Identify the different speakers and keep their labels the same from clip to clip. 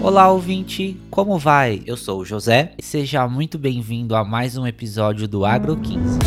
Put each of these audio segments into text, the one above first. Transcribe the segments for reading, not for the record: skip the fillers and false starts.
Speaker 1: Olá, ouvinte! Como vai? Eu sou o José e seja muito bem-vindo a mais um episódio do Agro 15.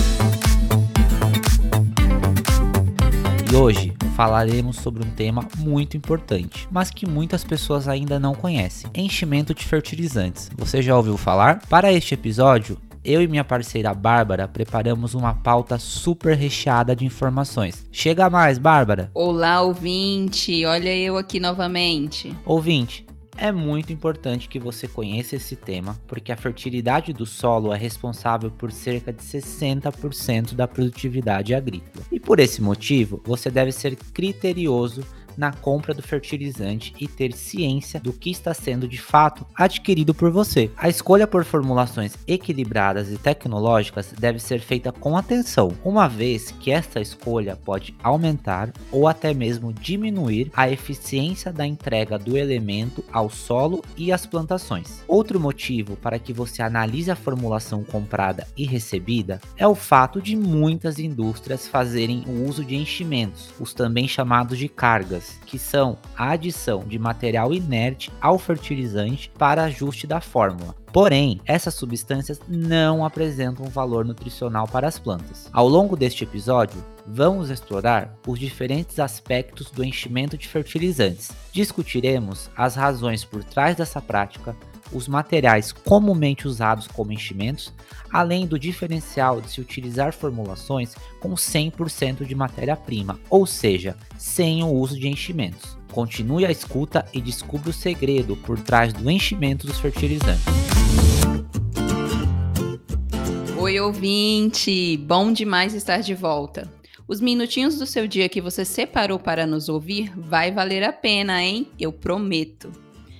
Speaker 1: E hoje falaremos sobre um tema muito importante, mas que muitas pessoas ainda não conhecem: enchimento de fertilizantes. Você já ouviu falar? Para este episódio, eu e minha parceira Bárbara preparamos uma pauta super recheada de informações. Chega mais, Bárbara!
Speaker 2: Olá, ouvinte! Olha eu aqui novamente.
Speaker 1: Ouvinte, é muito importante que você conheça esse tema, porque a fertilidade do solo é responsável por cerca de 60% da produtividade agrícola. E por esse motivo, você deve ser criterioso na compra do fertilizante e ter ciência do que está sendo de fato adquirido por você. A escolha por formulações equilibradas e tecnológicas deve ser feita com atenção, uma vez que esta escolha pode aumentar ou até mesmo diminuir a eficiência da entrega do elemento ao solo e às plantações. Outro motivo para que você analise a formulação comprada e recebida é o fato de muitas indústrias fazerem o uso de enchimentos, os também chamados de cargas, que são a adição de material inerte ao fertilizante para ajuste da fórmula. Porém, essas substâncias não apresentam valor nutricional para as plantas. Ao longo deste episódio, vamos explorar os diferentes aspectos do enchimento de fertilizantes. Discutiremos as razões por trás dessa prática, os materiais comumente usados como enchimentos, além do diferencial de se utilizar formulações com 100% de matéria-prima, ou seja, sem o uso de enchimentos. Continue a escuta e descubra o segredo por trás do enchimento dos fertilizantes.
Speaker 2: Oi, ouvinte! Bom demais estar de volta. Os minutinhos do seu dia que você separou para nos ouvir vai valer a pena, hein? Eu prometo!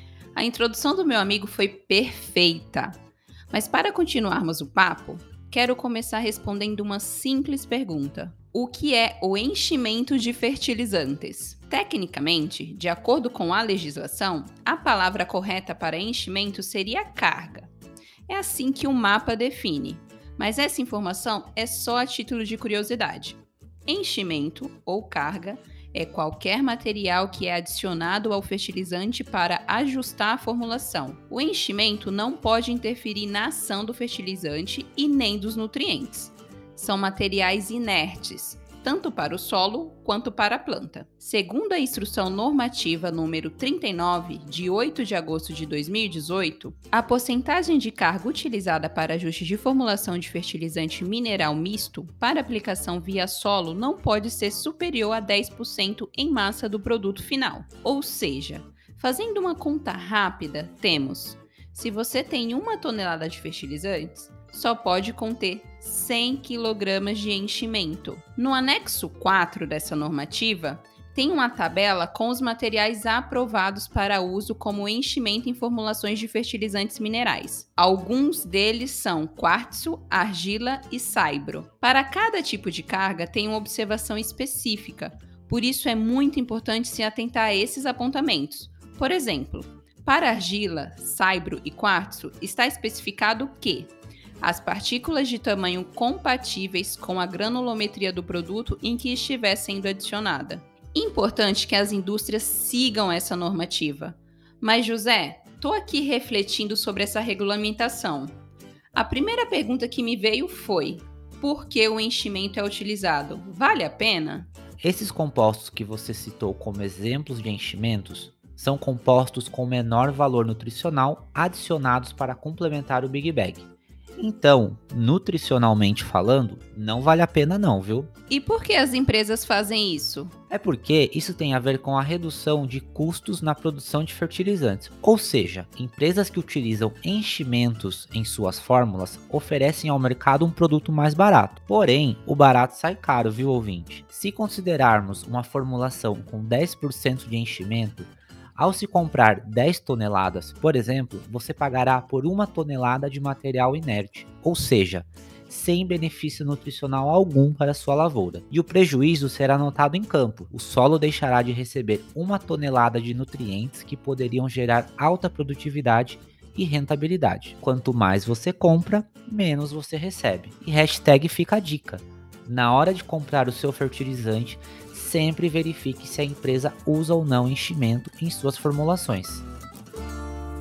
Speaker 2: A introdução do meu amigo foi perfeita, mas para continuarmos o papo, quero começar respondendo uma simples pergunta: o que é o enchimento de fertilizantes? Tecnicamente, de acordo com a legislação, a palavra correta para enchimento seria carga. É assim que o mapa define, mas essa informação é só a título de curiosidade. Enchimento ou carga é qualquer material que é adicionado ao fertilizante para ajustar a formulação. O enchimento não pode interferir na ação do fertilizante e nem dos nutrientes. São materiais inertes, tanto para o solo quanto para a planta. Segundo a Instrução Normativa número 39, de 8 de agosto de 2018, a porcentagem de carga utilizada para ajuste de formulação de fertilizante mineral misto para aplicação via solo não pode ser superior a 10% em massa do produto final. Ou seja, fazendo uma conta rápida, temos: se você tem 1 tonelada de fertilizantes, só pode conter 100 kg de enchimento. No anexo 4 dessa normativa, tem uma tabela com os materiais aprovados para uso como enchimento em formulações de fertilizantes minerais. Alguns deles são quartzo, argila e saibro. Para cada tipo de carga tem uma observação específica, por isso é muito importante se atentar a esses apontamentos. Por exemplo, para argila, saibro e quartzo está especificado que as partículas de tamanho compatíveis com a granulometria do produto em que estiver sendo adicionada. Importante que as indústrias sigam essa normativa. Mas, José, estou aqui refletindo sobre essa regulamentação. A primeira pergunta que me veio foi: por que o enchimento é utilizado? Vale a pena?
Speaker 1: Esses compostos que você citou como exemplos de enchimentos são compostos com menor valor nutricional adicionados para complementar o Big Bag. Então, nutricionalmente falando, não vale a pena não, viu?
Speaker 2: E por que as empresas fazem isso?
Speaker 1: É porque isso tem a ver com a redução de custos na produção de fertilizantes. Ou seja, empresas que utilizam enchimentos em suas fórmulas oferecem ao mercado um produto mais barato. Porém, o barato sai caro, viu, ouvinte? Se considerarmos uma formulação com 10% de enchimento, ao se comprar 10 toneladas, por exemplo, você pagará por 1 tonelada de material inerte, ou seja, sem benefício nutricional algum para sua lavoura. E o prejuízo será notado em campo. O solo deixará de receber 1 tonelada de nutrientes que poderiam gerar alta produtividade e rentabilidade. Quanto mais você compra, menos você recebe. E hashtag fica a dica: na hora de comprar o seu fertilizante, sempre verifique se a empresa usa ou não enchimento em suas formulações.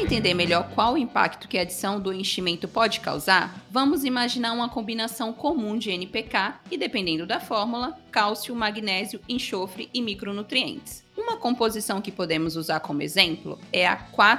Speaker 2: entender melhor qual o impacto que a adição do enchimento pode causar, vamos imaginar uma combinação comum de NPK e, dependendo da fórmula, cálcio, magnésio, enxofre e micronutrientes. Uma composição que podemos usar como exemplo é a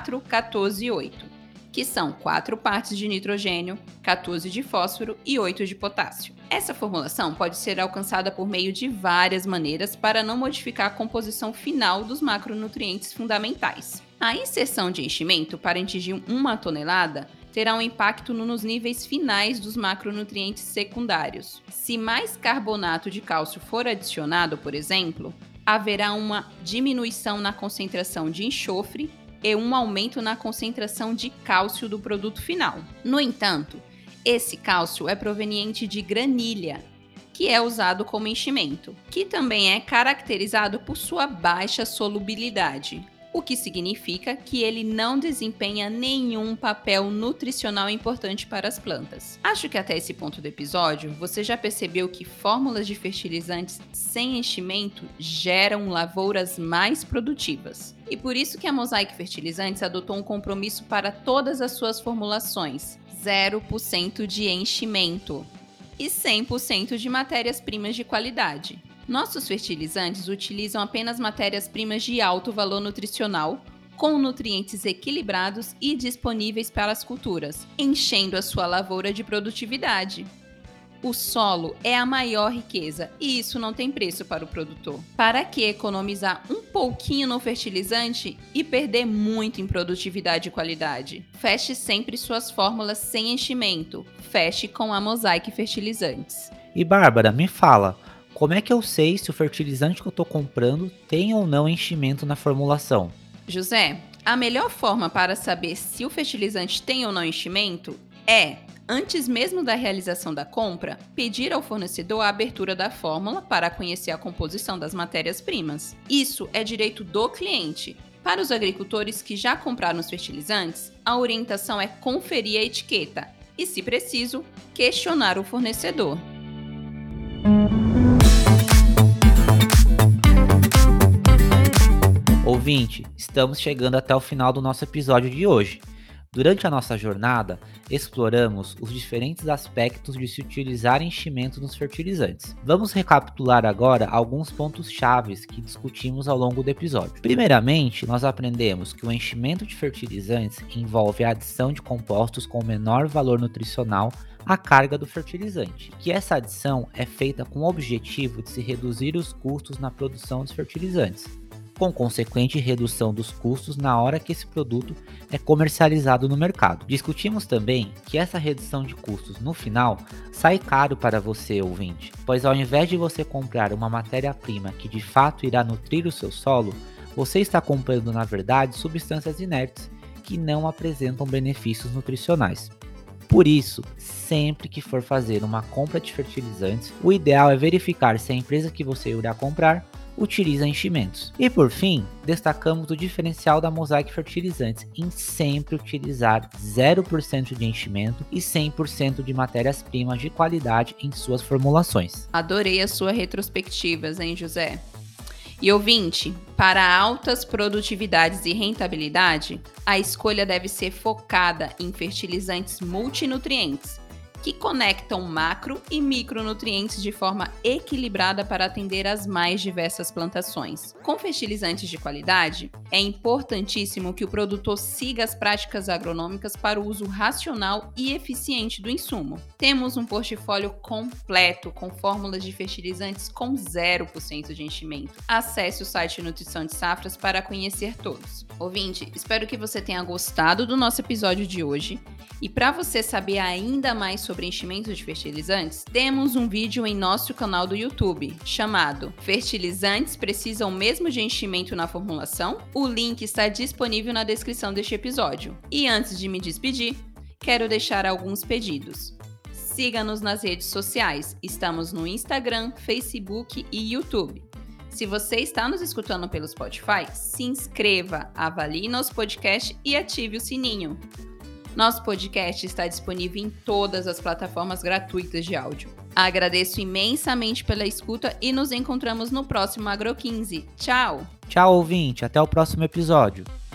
Speaker 2: 4-14-8, que são 4 partes de nitrogênio, 14 de fósforo e 8 de potássio. Essa formulação pode ser alcançada por meio de várias maneiras para não modificar a composição final dos macronutrientes fundamentais. A inserção de enchimento para atingir 1 tonelada terá um impacto nos níveis finais dos macronutrientes secundários. Se mais carbonato de cálcio for adicionado, por exemplo, haverá uma diminuição na concentração de enxofre e um aumento na concentração de cálcio do produto final. No entanto, esse cálcio é proveniente de granilha, que é usado como enchimento, que também é caracterizado por sua baixa solubilidade, o que significa que ele não desempenha nenhum papel nutricional importante para as plantas. Acho que até esse ponto do episódio, você já percebeu que fórmulas de fertilizantes sem enchimento geram lavouras mais produtivas. E por isso que a Mosaic Fertilizantes adotou um compromisso para todas as suas formulações: 0% de enchimento e 100% de matérias-primas de qualidade. Nossos fertilizantes utilizam apenas matérias-primas de alto valor nutricional, com nutrientes equilibrados e disponíveis para as culturas, enchendo a sua lavoura de produtividade. O solo é a maior riqueza e isso não tem preço para o produtor. Para que economizar um pouquinho no fertilizante e perder muito em produtividade e qualidade? Feche sempre suas fórmulas sem enchimento. Feche com a Mosaic Fertilizantes.
Speaker 1: E Bárbara, me fala, como é que eu sei se o fertilizante que eu estou comprando tem ou não enchimento na formulação?
Speaker 2: José, a melhor forma para saber se o fertilizante tem ou não enchimento é, antes mesmo da realização da compra, pedir ao fornecedor a abertura da fórmula para conhecer a composição das matérias-primas. Isso é direito do cliente. Para os agricultores que já compraram os fertilizantes, a orientação é conferir a etiqueta e, se preciso, questionar o fornecedor.
Speaker 1: Ouvinte, estamos chegando até o final do nosso episódio de hoje. Durante a nossa jornada, exploramos os diferentes aspectos de se utilizar enchimento nos fertilizantes. Vamos recapitular agora alguns pontos chaves que discutimos ao longo do episódio. Primeiramente, nós aprendemos que o enchimento de fertilizantes envolve a adição de compostos com menor valor nutricional à carga do fertilizante, que essa adição é feita com o objetivo de se reduzir os custos na produção dos fertilizantes, com consequente redução dos custos na hora que esse produto é comercializado no mercado. Discutimos também que essa redução de custos no final sai caro para você, ouvinte, pois ao invés de você comprar uma matéria-prima que de fato irá nutrir o seu solo, você está comprando na verdade substâncias inertes que não apresentam benefícios nutricionais. Por isso, sempre que for fazer uma compra de fertilizantes, o ideal é verificar se a empresa que você irá comprar utiliza enchimentos. E por fim, destacamos o diferencial da Mosaic Fertilizantes em sempre utilizar 0% de enchimento e 100% de matérias-primas de qualidade em suas formulações.
Speaker 2: Adorei as suas retrospectivas, hein, José? E ouvinte, para altas produtividades e rentabilidade, a escolha deve ser focada em fertilizantes multinutrientes, que conectam macro e micronutrientes de forma equilibrada para atender às mais diversas plantações. Com fertilizantes de qualidade, é importantíssimo que o produtor siga as práticas agronômicas para o uso racional e eficiente do insumo. Temos um portfólio completo com fórmulas de fertilizantes com 0% de enchimento. Acesse o site Nutrição de Safras para conhecer todos. Ouvinte, espero que você tenha gostado do nosso episódio de hoje. E para você saber ainda mais sobre enchimento de fertilizantes, temos um vídeo em nosso canal do YouTube, chamado Fertilizantes precisam mesmo de enchimento na formulação? O link está disponível na descrição deste episódio. E antes de me despedir, quero deixar alguns pedidos. Siga-nos nas redes sociais, estamos no Instagram, Facebook e YouTube. Se você está nos escutando pelo Spotify, se inscreva, avalie nosso podcast e ative o sininho. Nosso podcast está disponível em todas as plataformas gratuitas de áudio. Agradeço imensamente pela escuta e nos encontramos no próximo Agro 15. Tchau!
Speaker 1: Tchau, ouvinte. Até o próximo episódio.